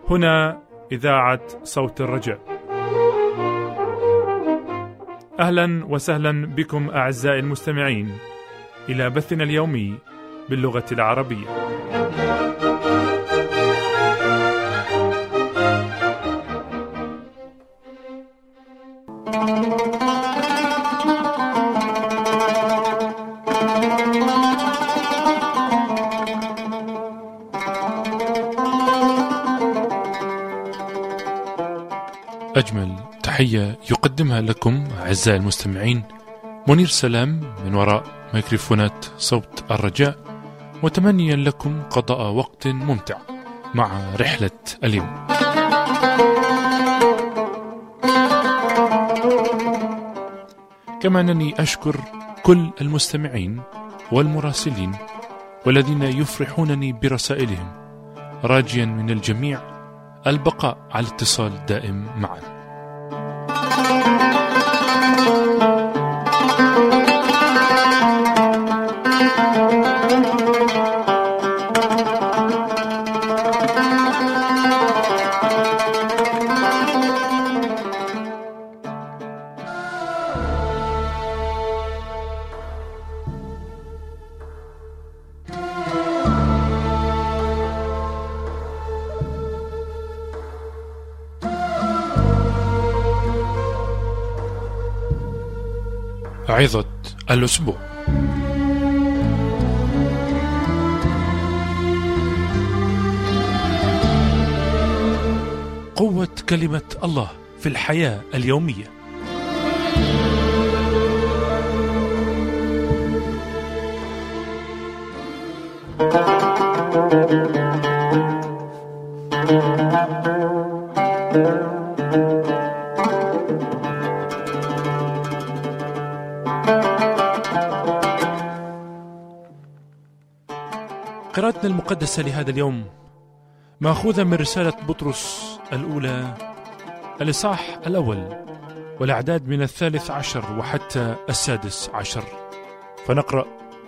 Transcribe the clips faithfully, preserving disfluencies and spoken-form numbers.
هنا إذاعة صوت الرجاء. أهلا وسهلا بكم أعزائي المستمعين إلى بثنا اليومي باللغة العربية. أجمل تحية يقدمها لكم أعزائي المستمعين منير سلام من وراء ميكروفونات صوت الرجاء، وتمنيا لكم قضاء وقت ممتع مع رحلة اليوم. كما أنني أشكر كل المستمعين والمراسلين والذين يفرحونني برسائلهم، راجيا من الجميع البقاء على اتصال دائم معا. عظة الأسبوع. قوة كلمة الله في الحياة اليومية. قراءتنا المقدسة لهذا اليوم مأخوذة من رسالة بطرس الأولى الإصحاح الأول والأعداد من الثالث عشر وحتى السادس عشر، فنقرأ: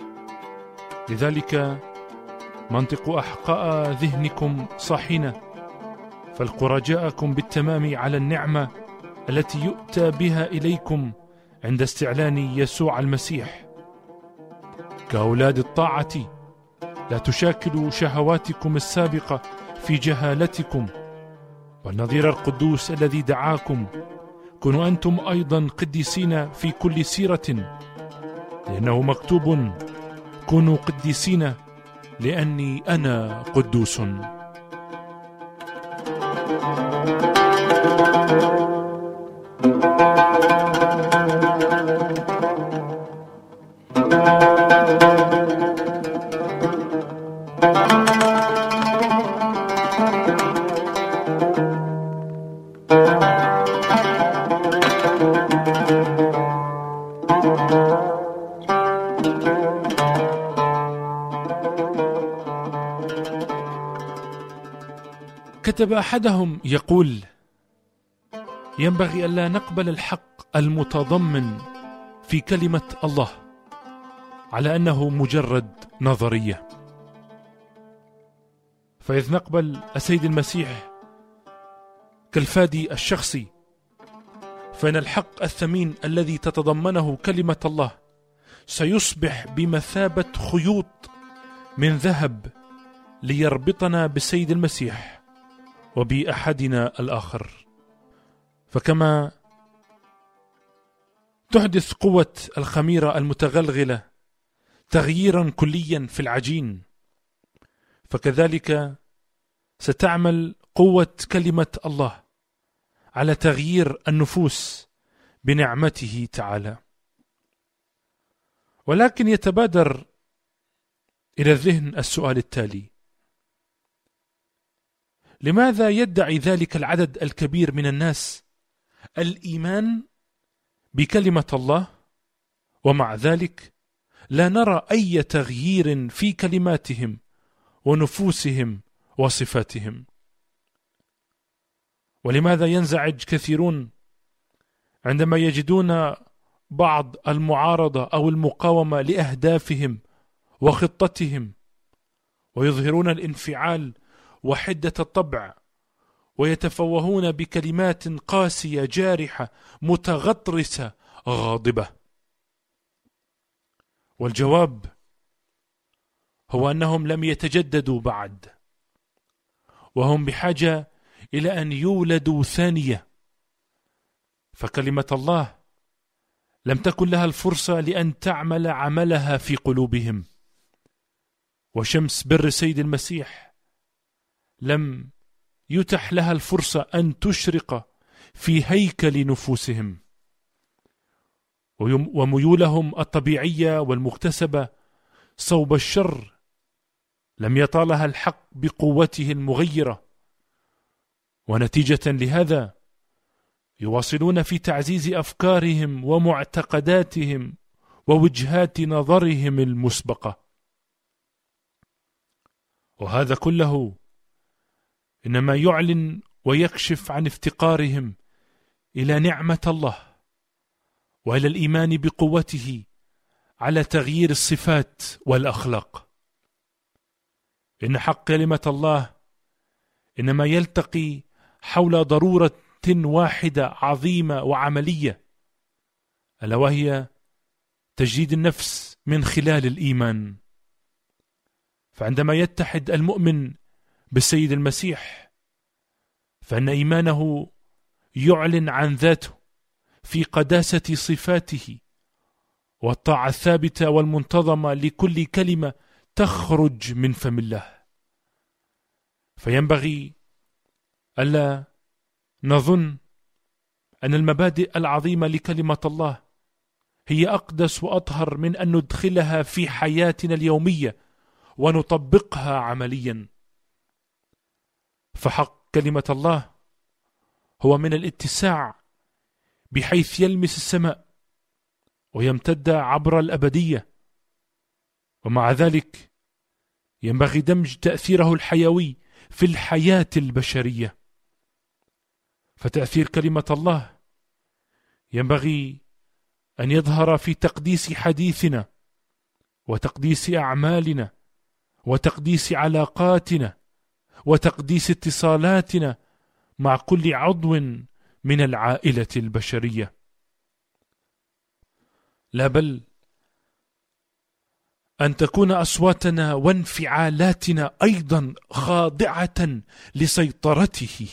لذلك منطقوا أحقاء ذهنكم صاحين، فالقوا رجاءكم بالتمام على النعمة التي يؤتى بها إليكم عند استعلان يسوع المسيح. كأولاد الطاعة لا تشاكلوا شهواتكم السابقة في جهالتكم، والنظير القدوس الذي دعاكم كونوا أنتم أيضا قديسين في كل سيرة، لأنه مكتوب: كونوا قديسين لأني أنا قدوس. كتب أحدهم يقول: ينبغي ألا نقبل الحق المتضمن في كلمة الله على أنه مجرد نظرية، فإذ نقبل السيد المسيح كالفادي الشخصي، فإن الحق الثمين الذي تتضمنه كلمة الله سيصبح بمثابة خيوط من ذهب ليربطنا بالسيد المسيح وبأحدنا الآخر. فكما تحدث قوة الخميرة المتغلغلة تغييرا كليا في العجين، فكذلك ستعمل قوة كلمة الله على تغيير النفوس بنعمته تعالى. ولكن يتبادر إلى الذهن السؤال التالي: لماذا يدعي ذلك العدد الكبير من الناس الإيمان بكلمة الله، ومع ذلك لا نرى أي تغيير في كلماتهم ونفوسهم وصفاتهم؟ ولماذا ينزعج كثيرون عندما يجدون بعض المعارضة أو المقاومة لأهدافهم وخطتهم، ويظهرون الانفعال وحدة الطبع ويتفوهون بكلمات قاسية جارحة متغطرسة غاضبة. والجواب هو أنهم لم يتجددوا بعد، وهم بحاجة إلى أن يولدوا ثانية. فكلمة الله لم تكن لها الفرصة لأن تعمل عملها في قلوبهم، وشمس بر السيد المسيح لم يتح لها الفرصة أن تشرق في هيكل نفوسهم، وميولهم الطبيعية والمكتسبة صوب الشر لم يطالها الحق بقوته المغيرة. ونتيجة لهذا يواصلون في تعزيز أفكارهم ومعتقداتهم ووجهات نظرهم المسبقة. وهذا كله إنما يعلن ويكشف عن افتقارهم إلى نعمة الله وإلى الإيمان بقوته على تغيير الصفات والأخلاق. إن حق كلمة الله إنما يلتقي حول ضرورة واحدة عظيمة وعملية، ألا وهي تجديد النفس من خلال الإيمان. فعندما يتحد المؤمن بالسيد المسيح فإن إيمانه يعلن عن ذاته في قداسة صفاته والطاعة الثابتة والمنتظمة لكل كلمة تخرج من فم الله. فينبغي ألا نظن أن المبادئ العظيمة لكلمة الله هي أقدس وأطهر من أن ندخلها في حياتنا اليومية ونطبقها عمليا. فحق كلمة الله هو من الاتساع بحيث يلمس السماء ويمتد عبر الأبدية، ومع ذلك ينبغي دمج تأثيره الحيوي في الحياة البشرية. فتأثير كلمة الله ينبغي أن يظهر في تقديس حديثنا وتقديس أعمالنا وتقديس علاقاتنا وتقديس اتصالاتنا مع كل عضو من العائلة البشرية. لا بل أن تكون أصواتنا وانفعالاتنا أيضا خاضعة لسيطرته.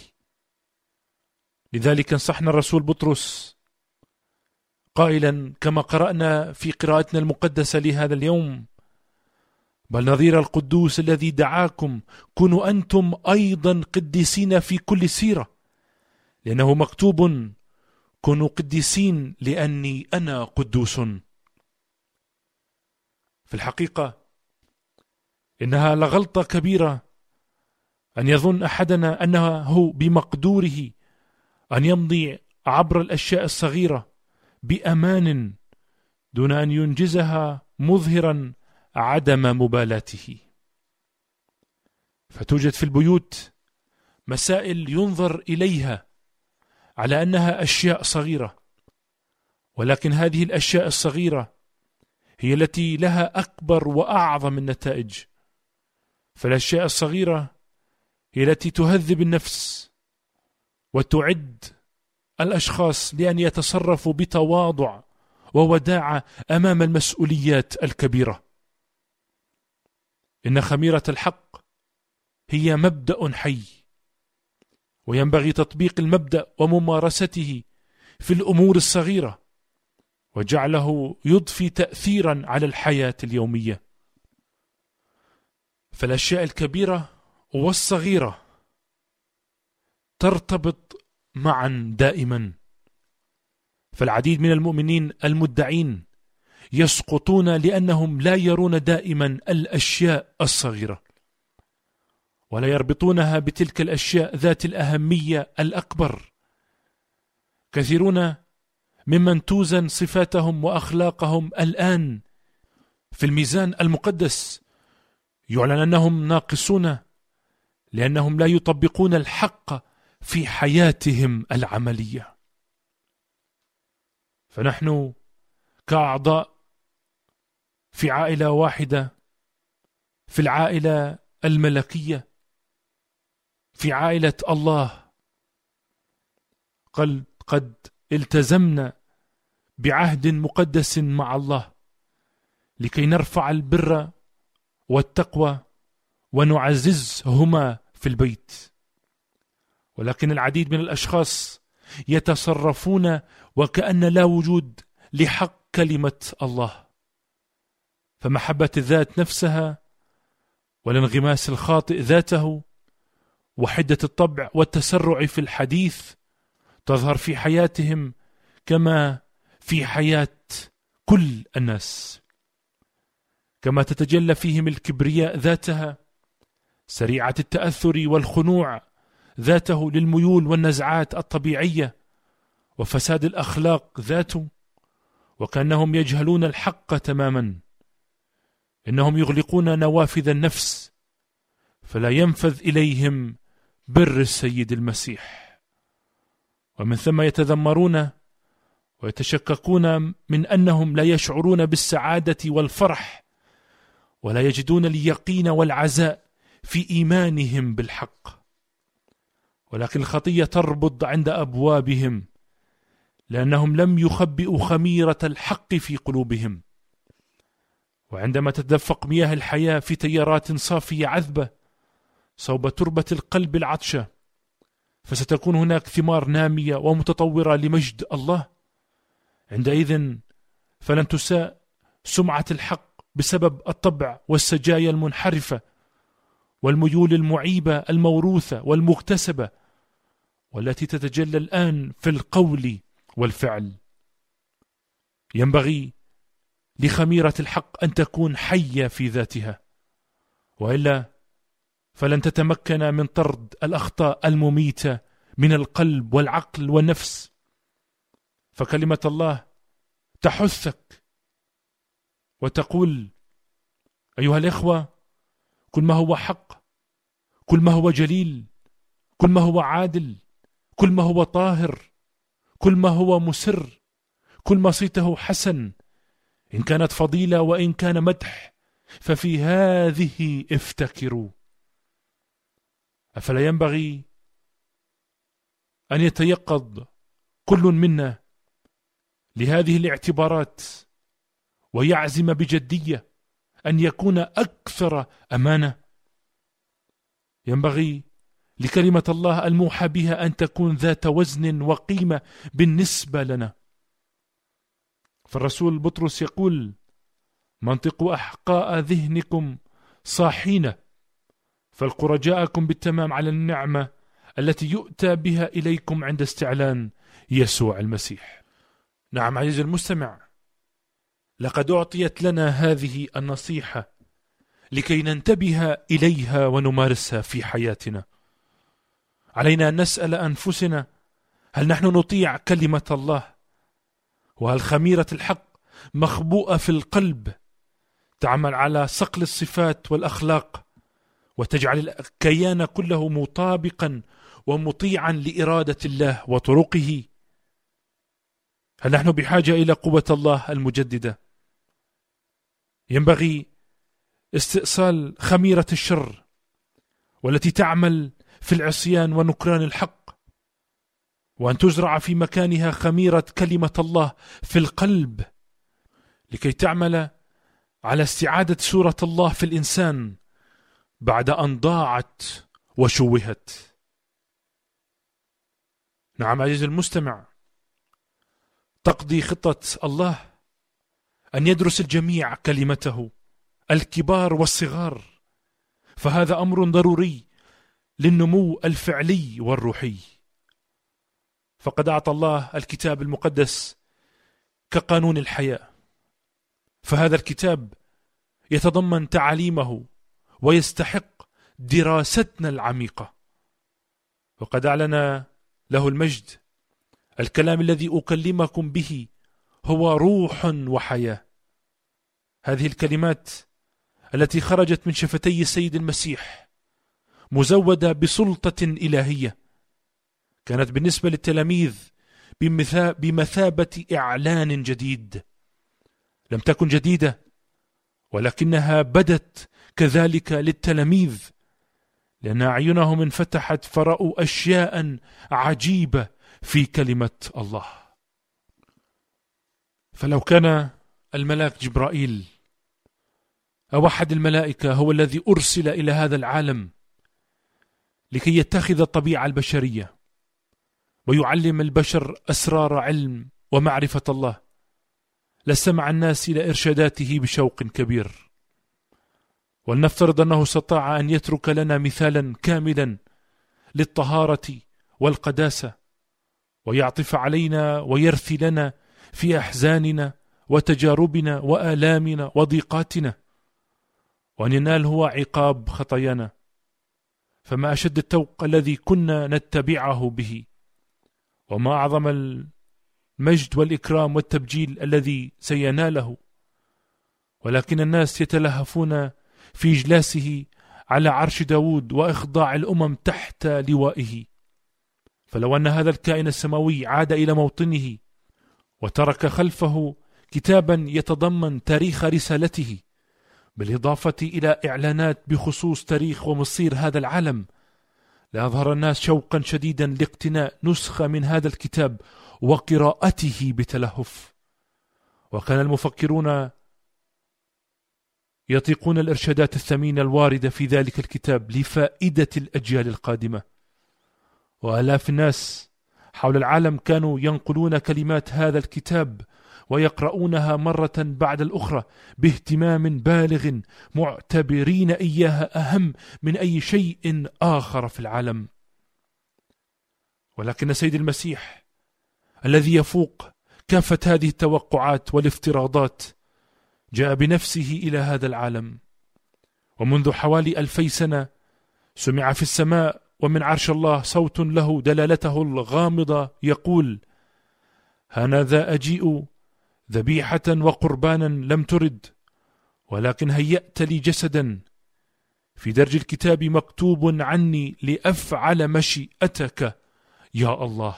لذلك انصحنا الرسول بطرس قائلا كما قرأنا في قراءتنا المقدسة لهذا اليوم: بل نظير القدوس الذي دعاكم كونوا أنتم أيضا قديسين في كل سيرة، لأنه مكتوب: كونوا قديسين لأني أنا قدوس. في الحقيقة إنها لغلطة كبيرة أن يظن أحدنا أنه بمقدوره أن يمضي عبر الأشياء الصغيرة بأمان دون أن ينجزها مظهرا عدم مبالاته. فتوجد في البيوت مسائل ينظر إليها على أنها أشياء صغيرة، ولكن هذه الأشياء الصغيرة هي التي لها أكبر وأعظم النتائج. فالأشياء الصغيرة هي التي تهذب النفس وتعد الأشخاص لأن يتصرفوا بتواضع ووداعة أمام المسؤوليات الكبيرة. إن خميرة الحق هي مبدأ حي، وينبغي تطبيق المبدأ وممارسته في الأمور الصغيرة وجعله يضفي تأثيرا على الحياة اليومية. فالأشياء الكبيرة والصغيرة ترتبط معا دائما. فالعديد من المؤمنين المدعين يسقطون لأنهم لا يرون دائما الأشياء الصغيرة ولا يربطونها بتلك الأشياء ذات الأهمية الأكبر. كثيرون ممن توزن صفاتهم وأخلاقهم الآن في الميزان المقدس يعلن أنهم ناقصون لأنهم لا يطبقون الحق في حياتهم العملية. فنحن كأعضاء في عائلة واحدة، في العائلة الملكية، في عائلة الله قد, قد التزمنا بعهد مقدس مع الله لكي نرفع البر والتقوى ونعززهما في البيت، ولكن العديد من الأشخاص يتصرفون وكأن لا وجود لحق كلمة الله، فمحبة الذات نفسها والانغماس الخاطئ ذاته وحدة الطبع والتسرع في الحديث تظهر في حياتهم كما في حياة كل الناس، كما تتجلى فيهم الكبرياء ذاتها، سريعة التأثر والخنوع ذاته للميول والنزعات الطبيعية، وفساد الأخلاق ذاته، وكأنهم يجهلون الحق تماما. إنهم يغلقون نوافذ النفس فلا ينفذ إليهم بر السيد المسيح، ومن ثم يتذمرون ويتشككون من أنهم لا يشعرون بالسعادة والفرح ولا يجدون اليقين والعزاء في إيمانهم بالحق، ولكن الخطية تربض عند أبوابهم لأنهم لم يخبئوا خميرة الحق في قلوبهم. وعندما تتدفق مياه الحياة في تيارات صافية عذبة صوب تربة القلب العطشة، فستكون هناك ثمار نامية ومتطورة لمجد الله. عندئذ فلن تساء سمعة الحق بسبب الطبع والسجايا المنحرفة والميول المعيبة الموروثة والمكتسبة والتي تتجلى الآن في القول والفعل. ينبغي لخميرة الحق أن تكون حية في ذاتها، وإلا فلن تتمكن من طرد الأخطاء المميتة من القلب والعقل والنفس. فكلمة الله تحثك وتقول: أيها الإخوة، كل ما هو حق، كل ما هو جليل، كل ما هو عادل، كل ما هو طاهر، كل ما هو مسر، كل ما صيته حسن، إن كانت فضيلة وإن كان مدح، ففي هذه افتكروا. أفلا ينبغي أن يتيقظ كل منا لهذه الاعتبارات ويعزم بجدية أن يكون أكثر أمانة؟ ينبغي لكلمة الله الموحى بها أن تكون ذات وزن وقيمة بالنسبة لنا. فالرسول بطرس يقول: منطقوا أحقاء ذهنكم صاحين، فالقوا رجاءكم بالتمام على النعمة التي يؤتى بها إليكم عند استعلان يسوع المسيح. نعم عزيزي المستمع، لقد أعطيت لنا هذه النصيحة لكي ننتبه إليها ونمارسها في حياتنا. علينا أن نسأل أنفسنا: هل نحن نطيع كلمة الله؟ وهل خميرة الحق مخبوءة في القلب تعمل على صقل الصفات والأخلاق وتجعل الكيان كله مطابقا ومطيعا لإرادة الله وطرقه؟ هل نحن بحاجة إلى قوة الله المجددة؟ ينبغي استئصال خميرة الشر والتي تعمل في العصيان ونكران الحق، وأن تزرع في مكانها خميرة كلمة الله في القلب لكي تعمل على استعادة صورة الله في الإنسان بعد أن ضاعت وشوهت. نعم عزيزي المستمع، تقضي خطة الله أن يدرس الجميع كلمته، الكبار والصغار، فهذا أمر ضروري للنمو الفعلي والروحي. فقد أعطى الله الكتاب المقدس كقانون الحياة، فهذا الكتاب يتضمن تعاليمه ويستحق دراستنا العميقة. وقد أعلن له المجد: الكلام الذي أكلمكم به هو روح وحياة. هذه الكلمات التي خرجت من شفتي السيد المسيح مزودة بسلطة إلهية، كانت بالنسبة للتلاميذ بمثابة إعلان جديد. لم تكن جديدة، ولكنها بدت كذلك للتلاميذ، لأن أعينهم انفتحت فرأوا أشياء عجيبة في كلمة الله. فلو كان الملاك جبرائيل أو أحد الملائكة هو الذي أرسل إلى هذا العالم لكي يتخذ الطبيعة البشرية ويعلم البشر أسرار علم ومعرفة الله، لسمع الناس إلى إرشاداته بشوق كبير. ولنفترض أنه استطاع أن يترك لنا مثالا كاملا للطهارة والقداسة، ويعطف علينا ويرثي لنا في أحزاننا وتجاربنا وآلامنا وضيقاتنا، وأن ينال هو عقاب خطايانا. فما أشد التوق الذي كنا نتبعه به، وما أعظم المجد والإكرام والتبجيل الذي سيناله. ولكن الناس يتلهفون في إجلاسه على عرش داود وإخضاع الأمم تحت لوائه. فلو أن هذا الكائن السماوي عاد إلى موطنه وترك خلفه كتابا يتضمن تاريخ رسالته، بالإضافة إلى إعلانات بخصوص تاريخ ومصير هذا العالم، لأظهر الناس شوقا شديدا لاقتناء نسخة من هذا الكتاب وقراءته بتلهف. وكان المفكرون يطيقون الإرشادات الثمينة الواردة في ذلك الكتاب لفائدة الأجيال القادمة. وآلاف الناس حول العالم كانوا ينقلون كلمات هذا الكتاب ويقرؤونها مرة بعد الأخرى باهتمام بالغ، معتبرين إياها أهم من أي شيء آخر في العالم. ولكن سيد المسيح الذي يفوق كافة هذه التوقعات والافتراضات جاء بنفسه إلى هذا العالم، ومنذ حوالي ألفي سنة سمع في السماء ومن عرش الله صوت له دلالته الغامضة يقول: هانذا أجيء ذبيحة وقربانا لم ترد، ولكن هيأت لي جسدا. في درج الكتاب مكتوب عني لأفعل مشيئتك يا الله.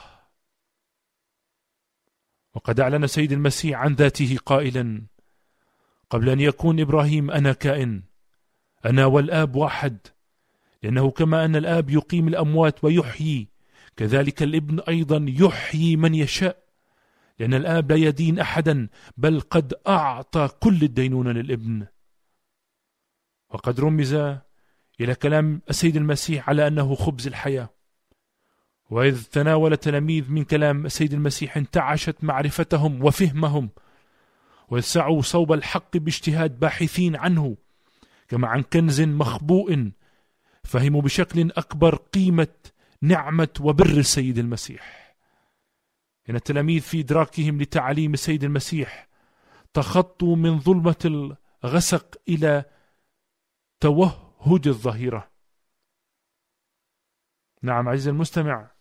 وقد أعلن سيد المسيح عن ذاته قائلا: قبل أن يكون إبراهيم أنا كائن، أنا والآب واحد. لأنه كما أن الآب يقيم الأموات ويحيي، كذلك الابن أيضا يحيي من يشاء، لأن الآب لا يدين أحدا، بل قد أعطى كل الدينونة للابن. وقد رمز إلى كلام السيد المسيح على أنه خبز الحياة. وإذ تناول تلاميذ من كلام السيد المسيح انتعشت معرفتهم وفهمهم، وإذ سعوا صوب الحق باجتهاد باحثين عنه كما عن كنز مخبوء، فهموا بشكل أكبر قيمة نعمة وبر السيد المسيح. إن التلاميذ في إدراكهم لتعاليم السيد المسيح تخطوا من ظلمة الغسق إلى توهج الظهيرة. نعم عزيزي المستمع،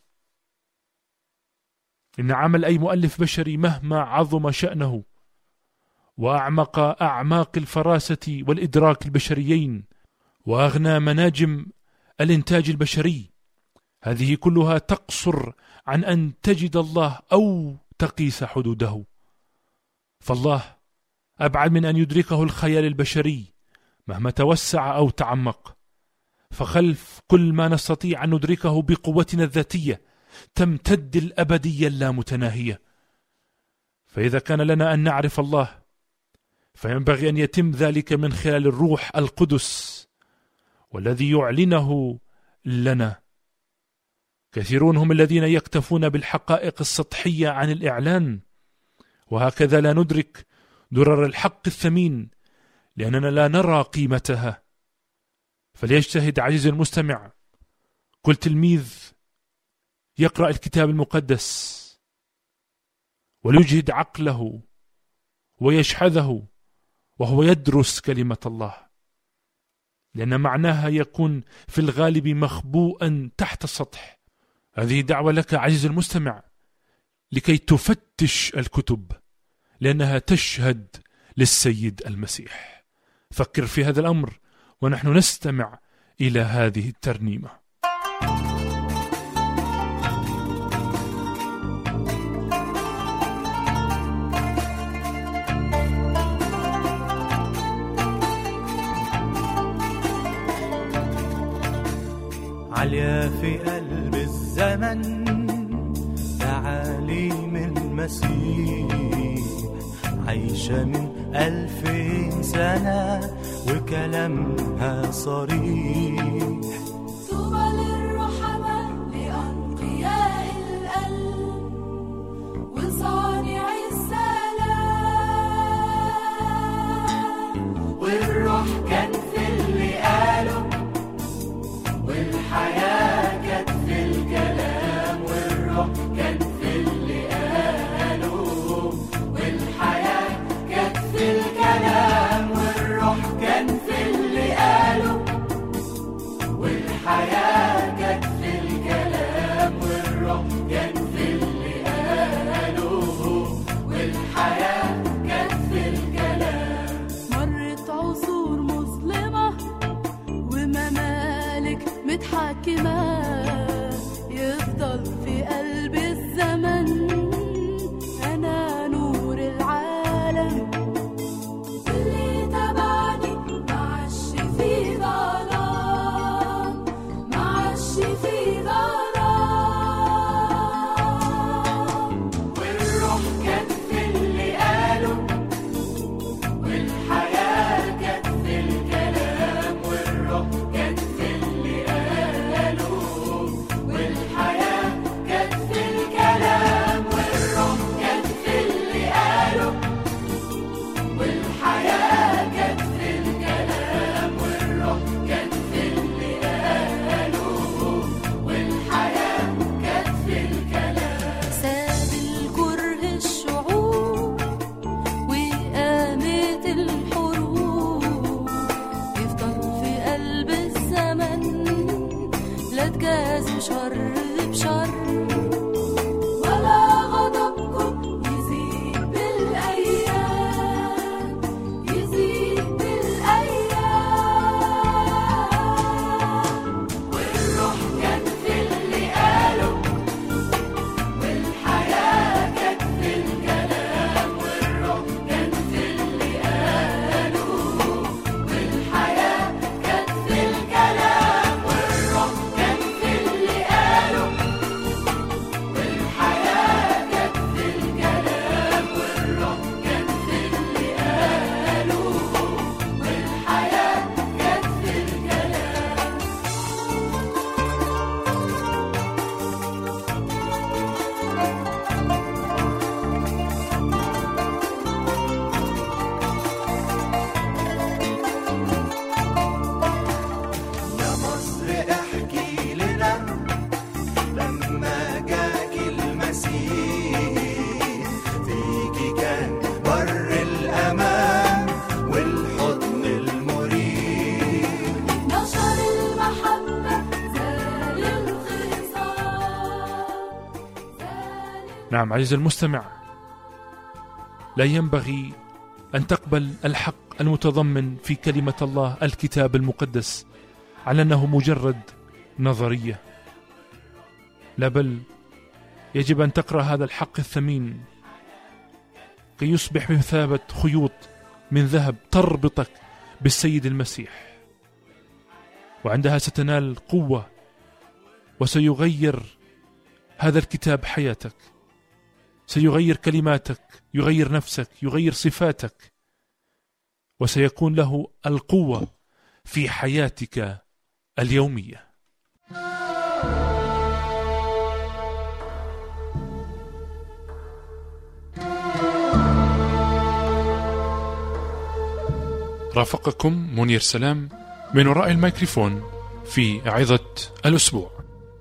إن عمل أي مؤلف بشري مهما عظم شأنه وأعمق أعماق الفراسة والإدراك البشريين وأغنى مناجم الإنتاج البشري، هذه كلها تقصر عن أن تجد الله أو تقيس حدوده. فالله أبعد من أن يدركه الخيال البشري مهما توسع أو تعمق. فخلف كل ما نستطيع أن ندركه بقوتنا الذاتية تمتد الأبدية اللامتناهية. فإذا كان لنا أن نعرف الله، فينبغي أن يتم ذلك من خلال الروح القدس والذي يعلنه لنا. كثيرون هم الذين يكتفون بالحقائق السطحية عن الإعلان، وهكذا لا ندرك درر الحق الثمين لأننا لا نرى قيمتها. فليجتهد عزيزي المستمع كل تلميذ يقرأ الكتاب المقدس وليجهد عقله ويشحذه وهو يدرس كلمة الله، لأن معناها يكون في الغالب مخبوءا تحت السطح. هذه دعوة لك عزيزي المستمع لكي تفتش الكتب، لأنها تشهد للسيد المسيح. فكر في هذا الأمر ونحن نستمع إلى هذه الترنيمة. عالية في قلب الزمن تعاليم المسيح عايشة من ألفين سنة وكلامها صريح. طوبى للرحماء لأنقياء القلب وصانع السلام. والروح كان في اللي قاله والحياة كانت في الكلام. والروح كان في اللي قاله والحياة كانت في الكلام. والروح كان في اللي قاله والحياة كانت في الكلام. والروح كان في اللي قاله والحياة كانت في الكلام. مرت عصور مظلمة وممالك متحكمة، يفضل في قلب الزمن أنا نور العالم. اللي تبعني معش في ظلام، معش في ظلام. والروح كان في اللي قاله والحياة كانت في الكلام. والروح كان في اللي قاله والحياة كانت في الكلام. والروح كان في اللي قاله والحياة كانت في الكلام. والروح كان في اللي قاله والحياة كانت في الكلام. ساب الكره الشعوب وقامت الحروب، يفضل في قلب الزمن لا تجازي شر بشر، ولا غضبكم يزيد بالأيام، يزيد بالأيام. والروح كان في اللي قاله والحياة كانت في الكلام. والروح كان في اللي قاله والحياة كانت في الكلام. والروح كان في اللي قاله والحياة كانت في الكلام. والروح كان في اللي قاله والحياة كانت في الكلام. يا مصر احكي لنا لما جاكي المسيح، فيكي كان بر الأمان والحضن المريح. نشر المحبة زال الخصام، زال نعم عزيزي المستمع، لا ينبغي أن تقبل الحق المتضمن في كلمة الله الكتاب المقدس على أنه مجرد نظرية، لا بل يجب أن تقرأ هذا الحق الثمين كي يصبح بمثابة خيوط من ذهب تربطك بالسيد المسيح، وعندها ستنال قوة وسيغير هذا الكتاب حياتك، سيغير كلماتك، يغير نفسك، يغير صفاتك، وسيكون له القوة في حياتك اليومية. رافقكم منير سلام من وراء الميكروفون في عظة الأسبوع.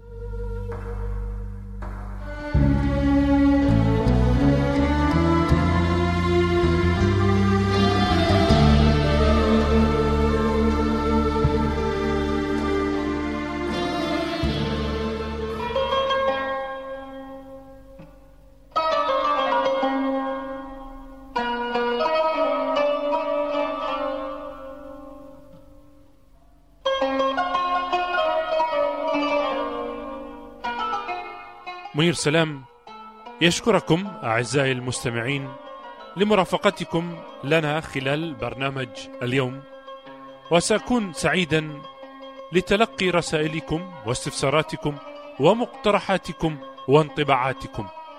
منير سلام يشكركم أعزائي المستمعين لمرافقتكم لنا خلال برنامج اليوم، وسأكون سعيدا لتلقي رسائلكم واستفساراتكم ومقترحاتكم وانطباعاتكم.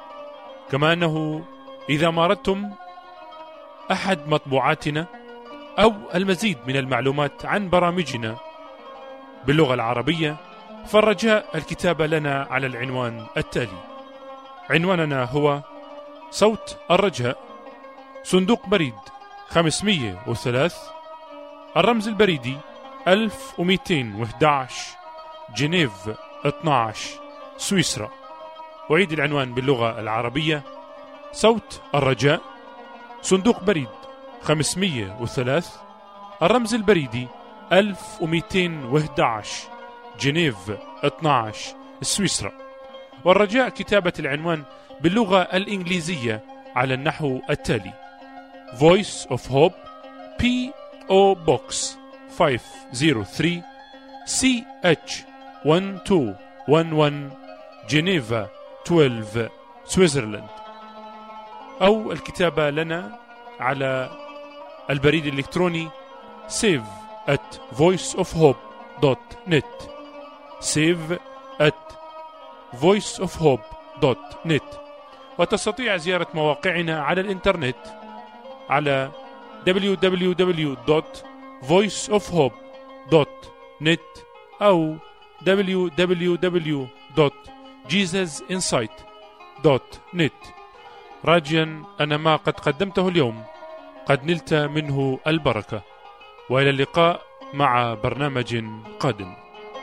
كما أنه إذا ما أردتم أحد مطبوعاتنا أو المزيد من المعلومات عن برامجنا باللغة العربية، فالرجاء الكتابة لنا على العنوان التالي. عنواننا هو صوت الرجاء، صندوق بريد خمسمئة وثلاثة، الرمز البريدي ألف ومئتين وأحد عشر، جنيف اثني عشر، سويسرا. أعيد العنوان باللغة العربية: صوت الرجاء، صندوق بريد خمسمئة وثلاثة، الرمز البريدي ألف ومئتين وأحد عشر، جنيف اثني عشر، سويسرا. والرجاء كتابة العنوان باللغة الإنجليزية على النحو التالي: Voice of Hope P O Box خمسمئة وثلاثة C H واحد اثنين واحد واحد جنيفا اثني عشر، سويسرلاند. أو الكتابة لنا على البريد الإلكتروني save at voiceofhope.net save at voiceofhope.net. وتستطيع زيارة مواقعنا على الإنترنت على دبليو دبليو دبليو دوت فويس اوف هوب دوت نت أو دبليو دبليو دبليو دوت جيسس انسايت دوت نت. راجيا أن ما قد قدمته اليوم قد نلت منه البركة، وإلى اللقاء مع برنامج قادم.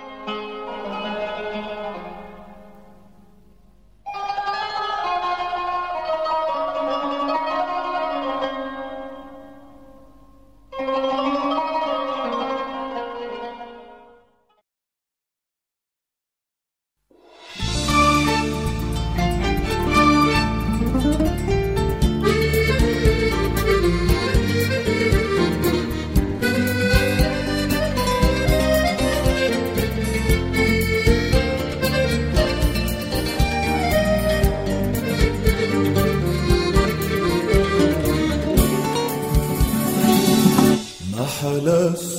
محل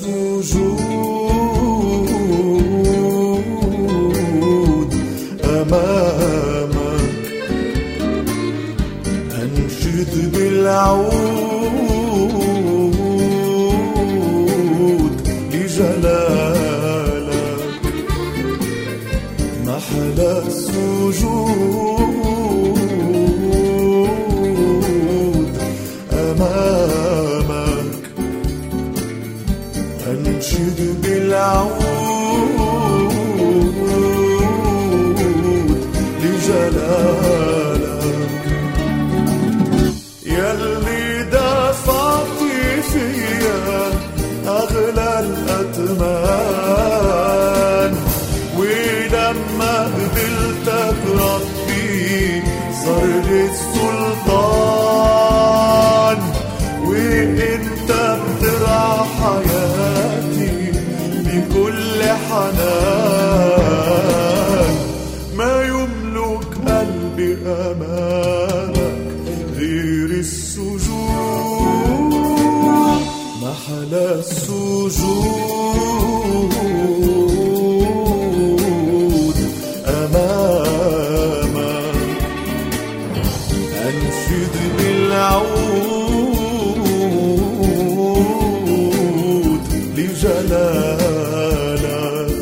السجود أمامك، أنشد بالعود لجلالك. محل السجود أمامك، أنشد بالعود لجلالك. يلي دفعت فيا أغلى الأثمان، ولما قبلتك ربي صار لي السلطان، وإنت بترعى حياتي بكل حنان. ما يملك قلبي أمامك غير السجود. محل السجود أمامك، أنشد بالعود لجلالك.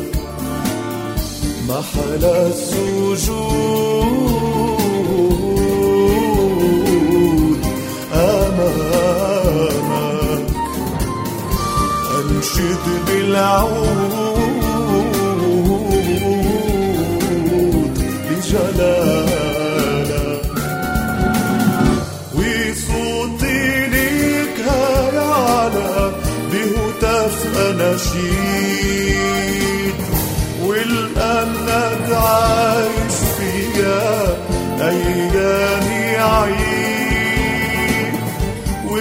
محل السجود أمامك، أنشد بالعود لجلالك. وصوتي ليك هيعلى بهتاف أناشيد، ولأنك عايش فيا أيامي عيد،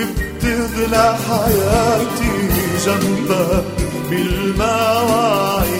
وبتغلى حياتي جنبك بالمواعيد.